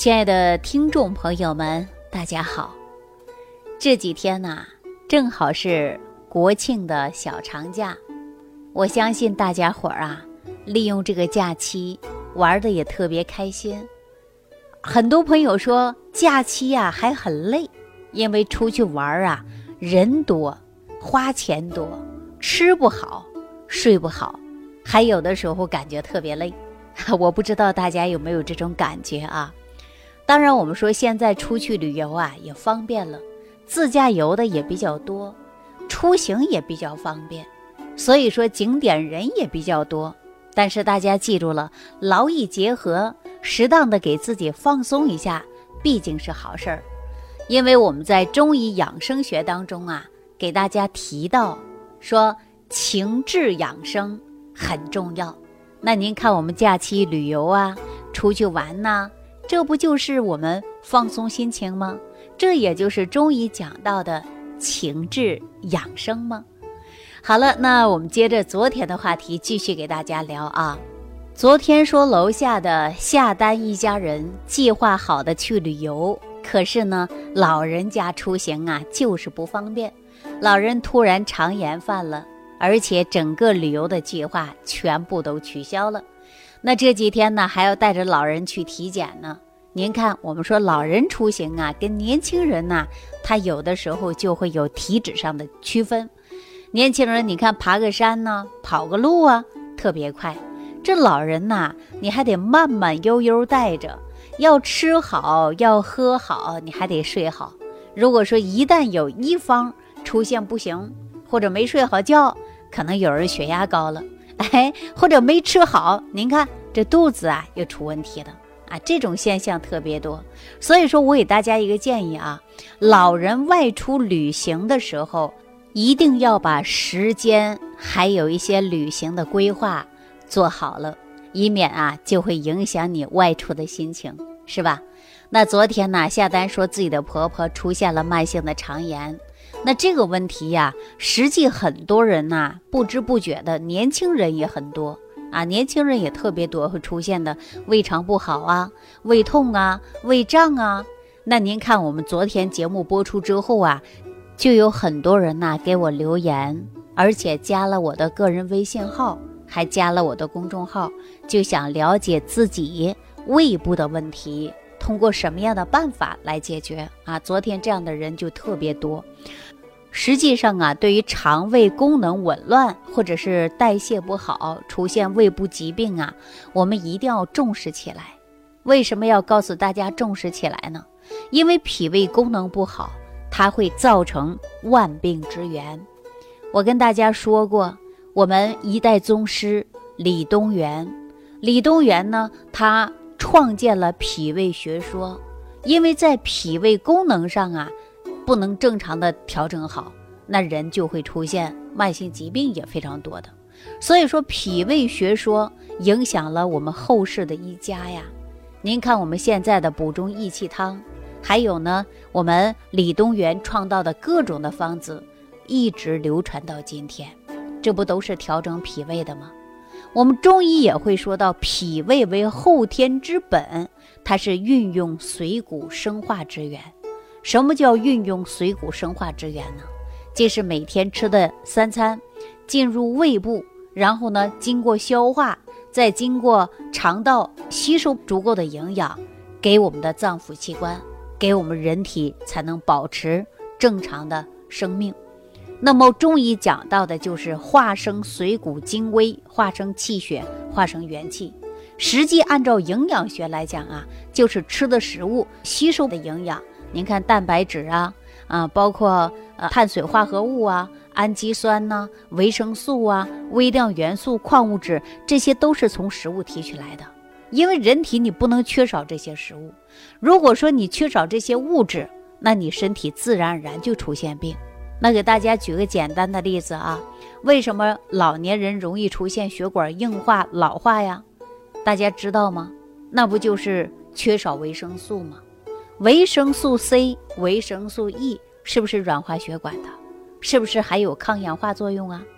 亲爱的听众朋友们，大家好。这几天呢，正好是国庆的小长假，我相信大家伙儿啊，利用这个假期玩的也特别开心。很多朋友说假期啊还很累，因为出去玩啊，人多，花钱多，吃不好，睡不好，还有的时候感觉特别累。我不知道大家有没有这种感觉啊？当然我们说现在出去旅游啊也方便了，自驾游的也比较多，出行也比较方便，所以说景点人也比较多。但是大家记住了，劳逸结合，适当的给自己放松一下，毕竟是好事儿。因为我们在中医养生学当中啊，给大家提到说情志养生很重要。那您看我们假期旅游啊，出去玩呐，这不就是我们放松心情吗？这也就是中医讲到的情志养生吗？好了，那我们接着昨天的话题继续给大家聊啊。昨天说楼下的夏丹一家人计划好的去旅游，可是呢，老人家出行啊就是不方便，老人突然肠炎犯了，而且整个旅游的计划全部都取消了。那这几天呢，还要带着老人去体检呢。您看，我们说老人出行啊，跟年轻人啊，他有的时候就会有体质上的区分。年轻人，你看爬个山呢，跑个路啊，特别快。这老人呐，你还得慢慢悠悠带着，要吃好，要喝好，你还得睡好。如果说一旦有一方出现不行，或者没睡好觉，可能有人血压高了，或者没吃好，您看这肚子啊又出问题了啊，这种现象特别多。所以说我给大家一个建议啊，老人外出旅行的时候，一定要把时间还有一些旅行的规划做好了，以免啊就会影响你外出的心情，是吧？那昨天呢，夏丹说自己的婆婆出现了慢性的肠炎，那这个问题呀，实际很多人呐，不知不觉的，年轻人也很多啊，年轻人也特别多，会出现的胃肠不好啊，胃痛啊，胃胀啊。那您看我们昨天节目播出之后啊，就有很多人呐给我留言，而且加了我的个人微信号，还加了我的公众号，就想了解自己胃部的问题，通过什么样的办法来解决啊？昨天这样的人就特别多。实际上啊，对于肠胃功能紊乱或者是代谢不好，出现胃部疾病啊，我们一定要重视起来。为什么要告诉大家重视起来呢？因为脾胃功能不好，它会造成万病之源。我跟大家说过，我们一代宗师李东垣呢，他创建了脾胃学说，因为在脾胃功能上啊不能正常的调整好，那人就会出现慢性疾病也非常多的。所以说脾胃学说影响了我们后世的医家呀。您看我们现在的补中益气汤，还有呢我们李东垣创造的各种的方子，一直流传到今天，这不都是调整脾胃的吗？我们中医也会说到脾胃为后天之本，它是运用水谷生化之源。什么叫运用水谷生化之源呢？即是每天吃的三餐进入胃部，然后呢经过消化，再经过肠道吸收足够的营养，给我们的脏腑器官，给我们人体才能保持正常的生命。那么中医讲到的就是化生水谷精微，化生气血，化生元气。实际按照营养学来讲啊，就是吃的食物吸收的营养。您看蛋白质啊，包括碳水化合物啊，氨基酸呐、维生素啊，微量元素、矿物质，这些都是从食物提取来的。因为人体你不能缺少这些食物，如果说你缺少这些物质，那你身体自然而然就出现病。那给大家举个简单的例子啊，为什么老年人容易出现血管硬化、老化呀？大家知道吗？那不就是缺少维生素吗？维生素 C、维生素 E 是不是软化血管的？是不是还有抗氧化作用啊？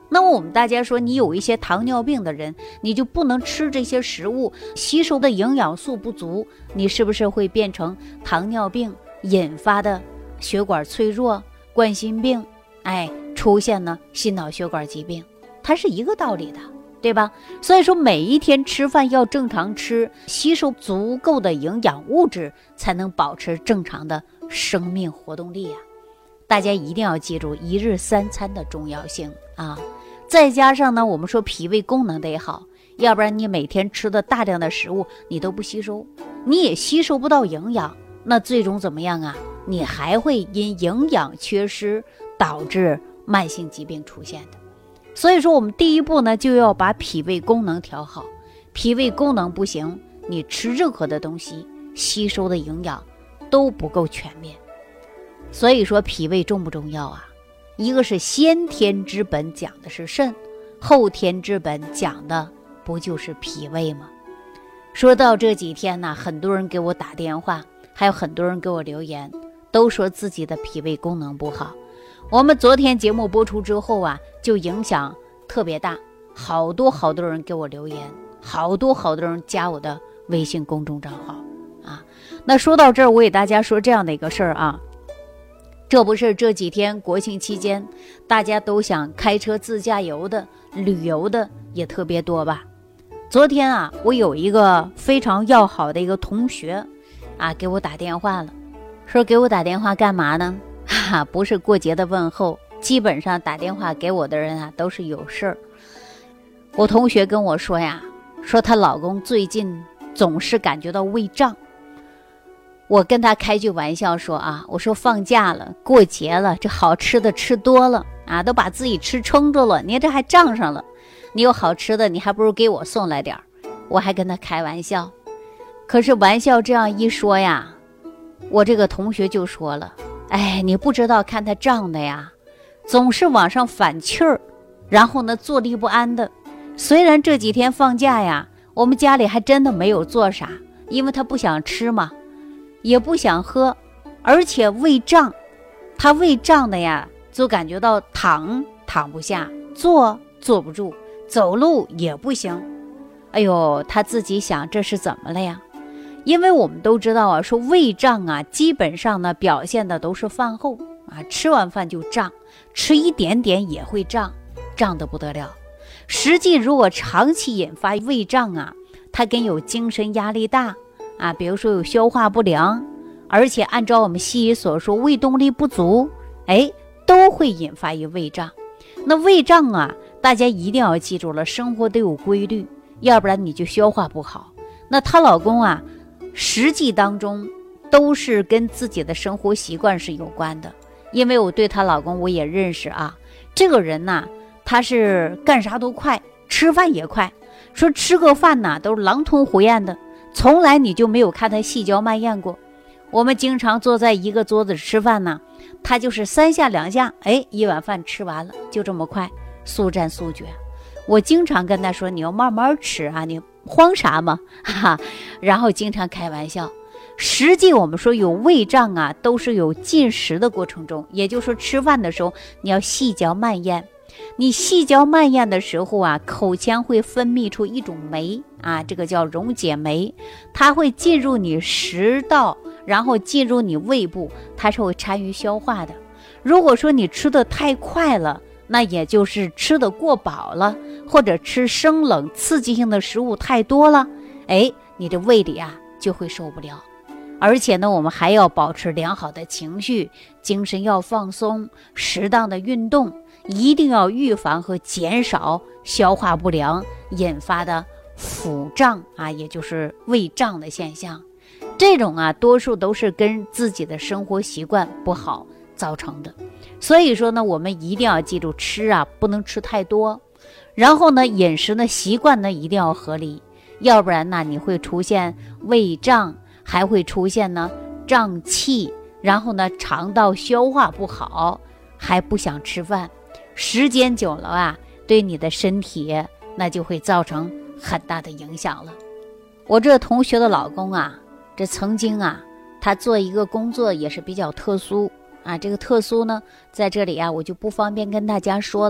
那么我们大家说，你有一些糖尿病的人，你就不能吃这些食物，吸收的营养素不足，你是不是会变成糖尿病引发的血管脆弱、冠心病，出现呢心脑血管疾病，它是一个道理的，对吧？所以说每一天吃饭要正常吃，吸收足够的营养物质，才能保持正常的生命活动力啊。大家一定要记住一日3餐的重要性啊！再加上呢，我们说脾胃功能得好，要不然你每天吃的大量的食物你都不吸收，你也吸收不到营养，那最终怎么样啊？你还会因营养缺失导致慢性疾病出现的。所以说我们第一步呢，就要把脾胃功能调好。脾胃功能不行，你吃任何的东西吸收的营养都不够全面。所以说脾胃重不重要啊？一个是先天之本讲的是肾，后天之本讲的不就是脾胃吗？说到这几天呢，很多人给我打电话，还有很多人给我留言，都说自己的脾胃功能不好。我们昨天节目播出之后啊，就影响特别大，好多人给我留言，好多人加我的微信公众账号啊。那说到这儿，我给大家说这样的一个事儿啊，这不是这几天国庆期间大家都想开车自驾游的、旅游的也特别多吧？昨天啊，我有一个非常要好的一个同学啊，给我打电话了，说给我打电话干嘛呢？不是过节的问候，基本上打电话给我的人啊都是有事儿。我同学跟我说呀，说她老公最近总是感觉到胃胀。我跟他开句玩笑说啊，我说放假了，过节了，这好吃的吃多了啊，都把自己吃撑着了，你这还胀上了，你有好吃的，你还不如给我送来点儿。我还跟他开玩笑，可是玩笑这样一说呀，我这个同学就说了，你不知道看他胀的呀，总是往上反气儿，然后呢坐立不安的。虽然这几天放假呀，我们家里还真的没有做啥，因为他不想吃嘛，也不想喝，而且胃胀，他胃胀的呀，就感觉到躺不下，坐不住，走路也不行。哎呦，他自己想这是怎么了呀？因为我们都知道啊，说胃胀啊，基本上呢表现的都是饭后啊，吃完饭就胀，吃一点点也会胀，胀得不得了。实际如果长期引发胃胀啊，它跟有精神压力大啊，比如说有消化不良，而且按照我们西医所说胃动力不足，都会引发于胃胀。那胃胀啊，大家一定要记住了，生活得有规律，要不然你就消化不好。那她老公啊，实际当中都是跟自己的生活习惯是有关的。因为我对她老公我也认识啊，这个人呐，他是干啥都快，吃饭也快，说吃个饭呐都是狼吞虎咽的，从来你就没有看他细嚼慢咽过。我们经常坐在一个桌子吃饭呢，他就是3下2下，一碗饭吃完了，就这么快，速战速决。我经常跟他说，你要慢慢吃啊，你慌啥嘛，然后经常开玩笑。实际我们说有胃胀啊，都是有进食的过程中，也就是说吃饭的时候你要细嚼慢咽。你细嚼慢咽的时候啊，口腔会分泌出一种酶啊，这个叫溶解酶，它会进入你食道，然后进入你胃部，它是会参与消化的。如果说你吃的太快了，那也就是吃的过饱了，或者吃生冷刺激性的食物太多了，你这胃里啊就会受不了。而且呢，我们还要保持良好的情绪，精神要放松，适当的运动，一定要预防和减少消化不良引发的腹胀啊，也就是胃胀的现象。这种啊，多数都是跟自己的生活习惯不好造成的。所以说呢，我们一定要记住，吃啊不能吃太多，然后呢，饮食呢习惯呢一定要合理，要不然呢你会出现胃胀，还会出现呢胀气，然后呢肠道消化不好，还不想吃饭，时间久了啊，对你的身体那就会造成很大的影响了。我这同学的老公啊，这曾经啊，他做一个工作也是比较特殊啊，这个特殊呢，在这里啊我就不方便跟大家说了。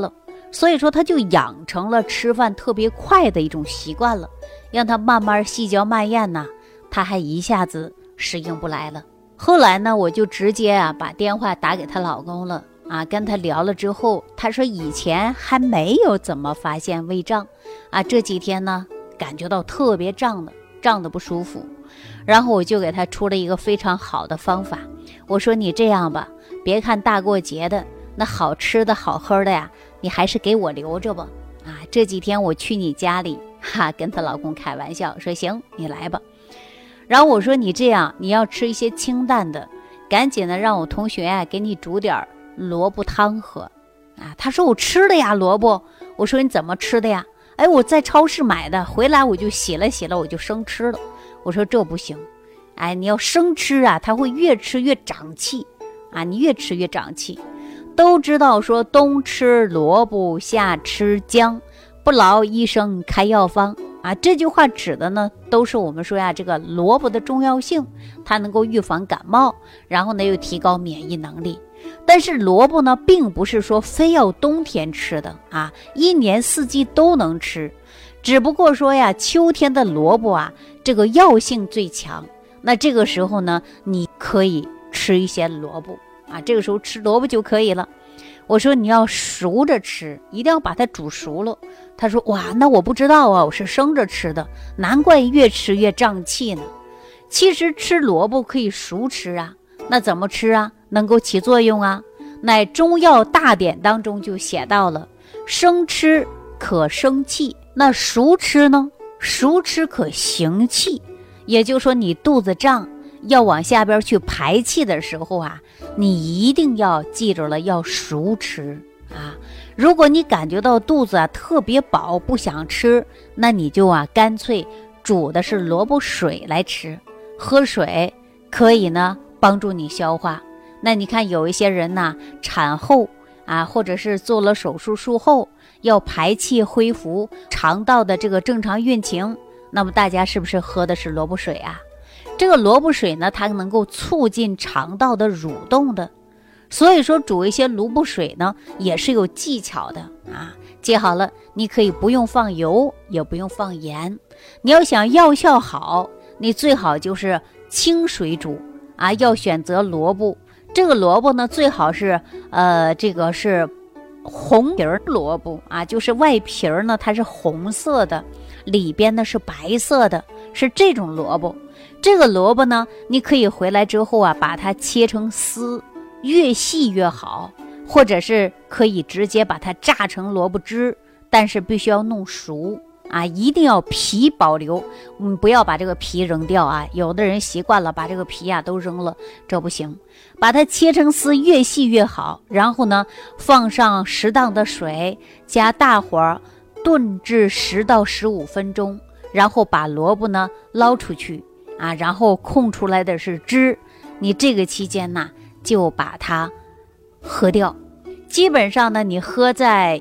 所以说他就养成了吃饭特别快的一种习惯了，让他慢慢细嚼慢咽呢，他还一下子适应不来了。后来呢，我就直接把电话打给她老公了跟他聊了之后，他说以前还没有怎么发现胃胀这几天呢感觉到特别胀的不舒服。然后我就给他出了一个非常好的方法，我说你这样吧，别看大过节的那好吃的好喝的呀，你还是给我留着吧这几天我去你家里跟她老公开玩笑说行你来吧。然后我说你这样，你要吃一些清淡的，赶紧的让我同学给你煮点萝卜汤喝他说我吃的呀萝卜。我说你怎么吃的呀？我在超市买的，回来我就洗了我就生吃了。我说这不行你要生吃它会越吃越长气你越吃越长气。都知道说冬吃萝卜夏吃姜，不劳医生开药方这句话指的呢都是我们说这个萝卜的重要性，它能够预防感冒，然后呢又提高免疫能力。但是萝卜呢并不是说非要冬天吃的一年四季都能吃，只不过说秋天的萝卜这个药性最强，那这个时候呢你可以吃一些萝卜这个时候吃萝卜就可以了。我说你要熟着吃，一定要把它煮熟了。他说哇，那我不知道我是生着吃的，难怪越吃越胀气呢。其实吃萝卜可以熟吃那怎么吃能够起作用乃中药大典当中就写到了，生吃可生气，那熟吃呢？熟吃可行气。也就是说你肚子胀要往下边去排气的时候你一定要记住了要熟吃如果你感觉到肚子特别饱不想吃，那你就干脆煮的是萝卜水来吃，喝水可以呢帮助你消化。那你看有一些人产后或者是做了手术术后要排气恢复肠道的这个正常运行，那么大家是不是喝的是萝卜水这个萝卜水呢它能够促进肠道的蠕动的，所以说煮一些萝卜水呢也是有技巧的记好了，你可以不用放油也不用放盐，你要想药效好，你最好就是清水煮要选择萝卜。这个萝卜呢最好是这个是红皮萝卜就是外皮呢它是红色的，里边呢是白色的，是这种萝卜。这个萝卜呢你可以回来之后把它切成丝，越细越好，或者是可以直接把它榨成萝卜汁，但是必须要弄熟一定要皮保留，不要把这个皮扔掉有的人习惯了把这个皮都扔了，这不行，把它切成丝，越细越好。然后呢放上适当的水，加大火炖至10到15分钟，然后把萝卜呢捞出去然后控出来的是汁，你这个期间就把它喝掉。基本上呢你喝在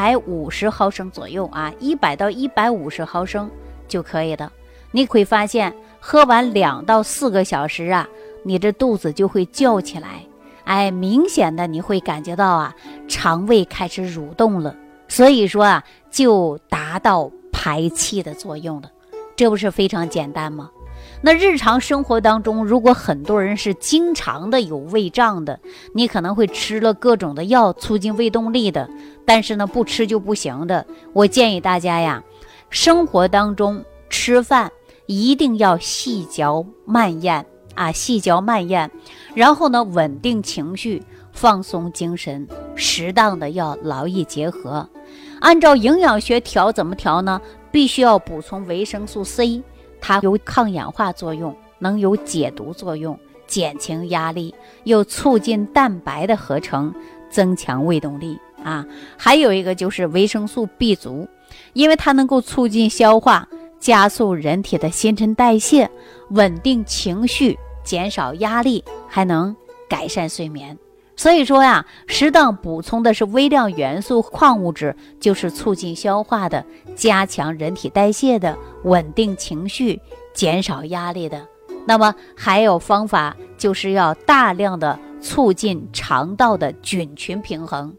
150毫升左右100到150毫升就可以了。你会发现喝完2到4个小时你这肚子就会叫起来明显的你会感觉到肠胃开始蠕动了，所以说就达到排气的作用了。这不是非常简单吗？那日常生活当中，如果很多人是经常的有胃胀的，你可能会吃了各种的药促进胃动力的，但是呢不吃就不行的。我建议大家生活当中吃饭一定要细嚼慢咽细嚼慢咽，然后呢稳定情绪，放松精神，适当的要劳逸结合。按照营养学调怎么调呢？必须要补充维生素 C，它有抗氧化作用，能有解毒作用，减轻压力，又促进蛋白的合成，增强胃动力还有一个就是维生素 B 族，因为它能够促进消化，加速人体的新陈代谢，稳定情绪，减少压力，还能改善睡眠。所以说适当补充的是微量元素矿物质，就是促进消化的，加强人体代谢的，稳定情绪，减少压力的。那么还有方法，就是要大量的促进肠道的菌群平衡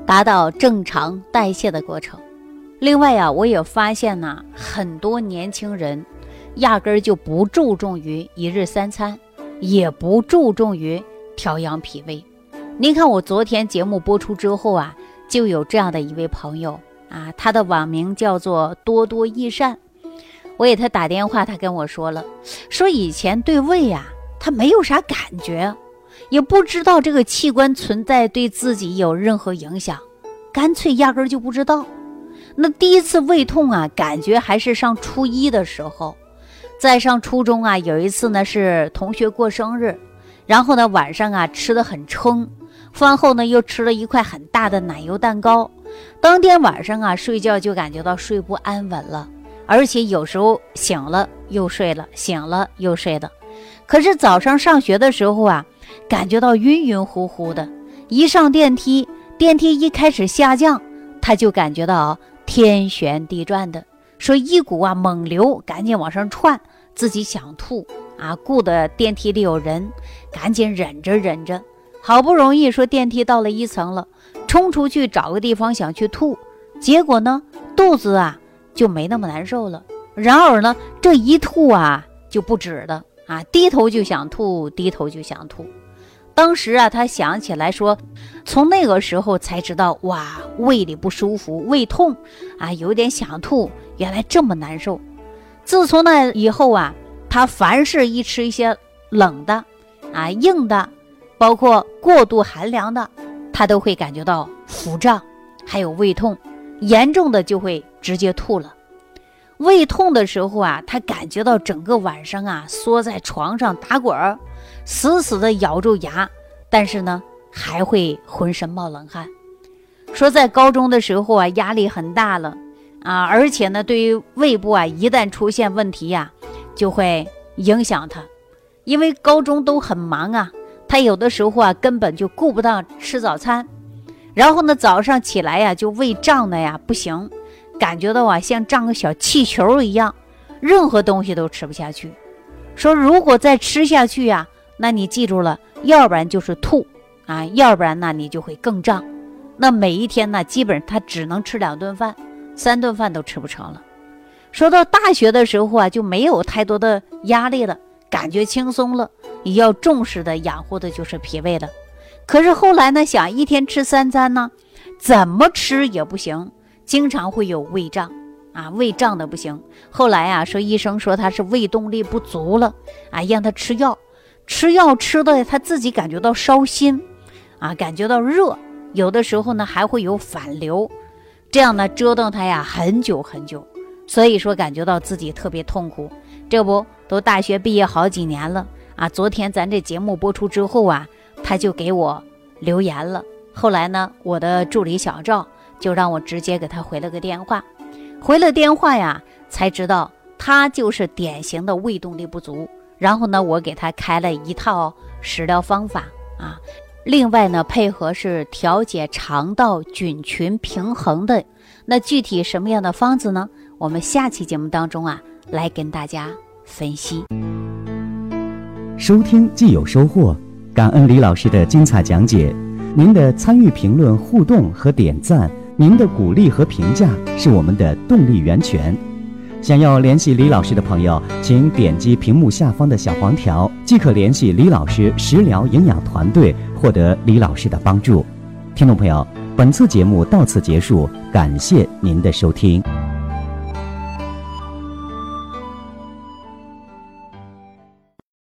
达到正常代谢的过程。另外啊，我也发现呢，很多年轻人压根儿就不注重于一日三餐，也不注重于调养脾胃。您看我昨天节目播出之后啊，就有这样的一位朋友啊，他的网名叫做多多益善。我给他打电话，他跟我说了，说以前对胃啊他没有啥感觉，也不知道这个器官存在对自己有任何影响，干脆压根儿就不知道。那第一次胃痛啊，感觉还是上初一的时候，在上初中啊，有一次呢是同学过生日，然后呢晚上啊吃得很撑，饭后呢又吃了一块很大的奶油蛋糕，当天晚上啊睡觉就感觉到睡不安稳了，而且有时候醒了又睡了，醒了又睡的。可是早上上学的时候啊，感觉到晕晕乎乎的，一上电梯，电梯一开始下降，他就感觉到天旋地转的，说一股啊猛流赶紧往上窜，自己想吐啊，顾得电梯里有人，赶紧忍着，好不容易说电梯到了1层了，冲出去找个地方想去吐，结果呢肚子啊就没那么难受了，然而呢这一吐啊就不止了啊，低头就想吐。当时啊他想起来说，从那个时候才知道，哇，胃里不舒服，胃痛啊，有点想吐，原来这么难受。自从那以后啊，他凡是一吃一些冷的啊硬的，包括过度寒凉的，他都会感觉到腹胀，还有胃痛，严重的就会直接吐了。胃痛的时候啊，他感觉到整个晚上啊缩在床上打滚儿，死死的咬住牙，但是呢还会浑身冒冷汗。说在高中的时候啊，压力很大了啊，而且呢对于胃部啊一旦出现问题啊，就会影响他。因为高中都很忙啊，他有的时候啊根本就顾不到吃早餐，然后呢早上起来呀就胃胀的呀不行，感觉到啊像胀个小气球一样，任何东西都吃不下去。说如果再吃下去呀，那你记住了，要不然就是吐啊，要不然呢你就会更胀。那每一天呢基本上他只能吃2顿饭，3顿饭都吃不成了。说到大学的时候啊，就没有太多的压力了，感觉轻松了，也要重视的养护的就是脾胃了。可是后来呢，想一天吃3餐呢，怎么吃也不行，经常会有胃胀啊，胃胀的不行。后来啊，说医生说他是胃动力不足了啊，让他吃药吃的他自己感觉到烧心啊，感觉到热，有的时候呢还会有反流，这样呢折腾他呀很久，所以说感觉到自己特别痛苦。这不都大学毕业好几年了啊，昨天咱这节目播出之后啊，他就给我留言了。后来呢，我的助理小赵就让我直接给他回了个电话，呀，才知道他就是典型的胃动力不足。然后呢，我给他开了一套食疗方法啊，另外呢，配合是调节肠道菌群平衡的。那具体什么样的方子呢？我们下期节目当中啊，来跟大家分析。 收听既有收获，感恩李老师的精彩讲解。您的参与、评论、互动和点赞，您的鼓励和评价是我们的动力源泉。想要联系李老师的朋友，请点击屏幕下方的小黄条，即可联系李老师食疗营养团队，获得李老师的帮助。听众朋友，本次节目到此结束，感谢您的收听。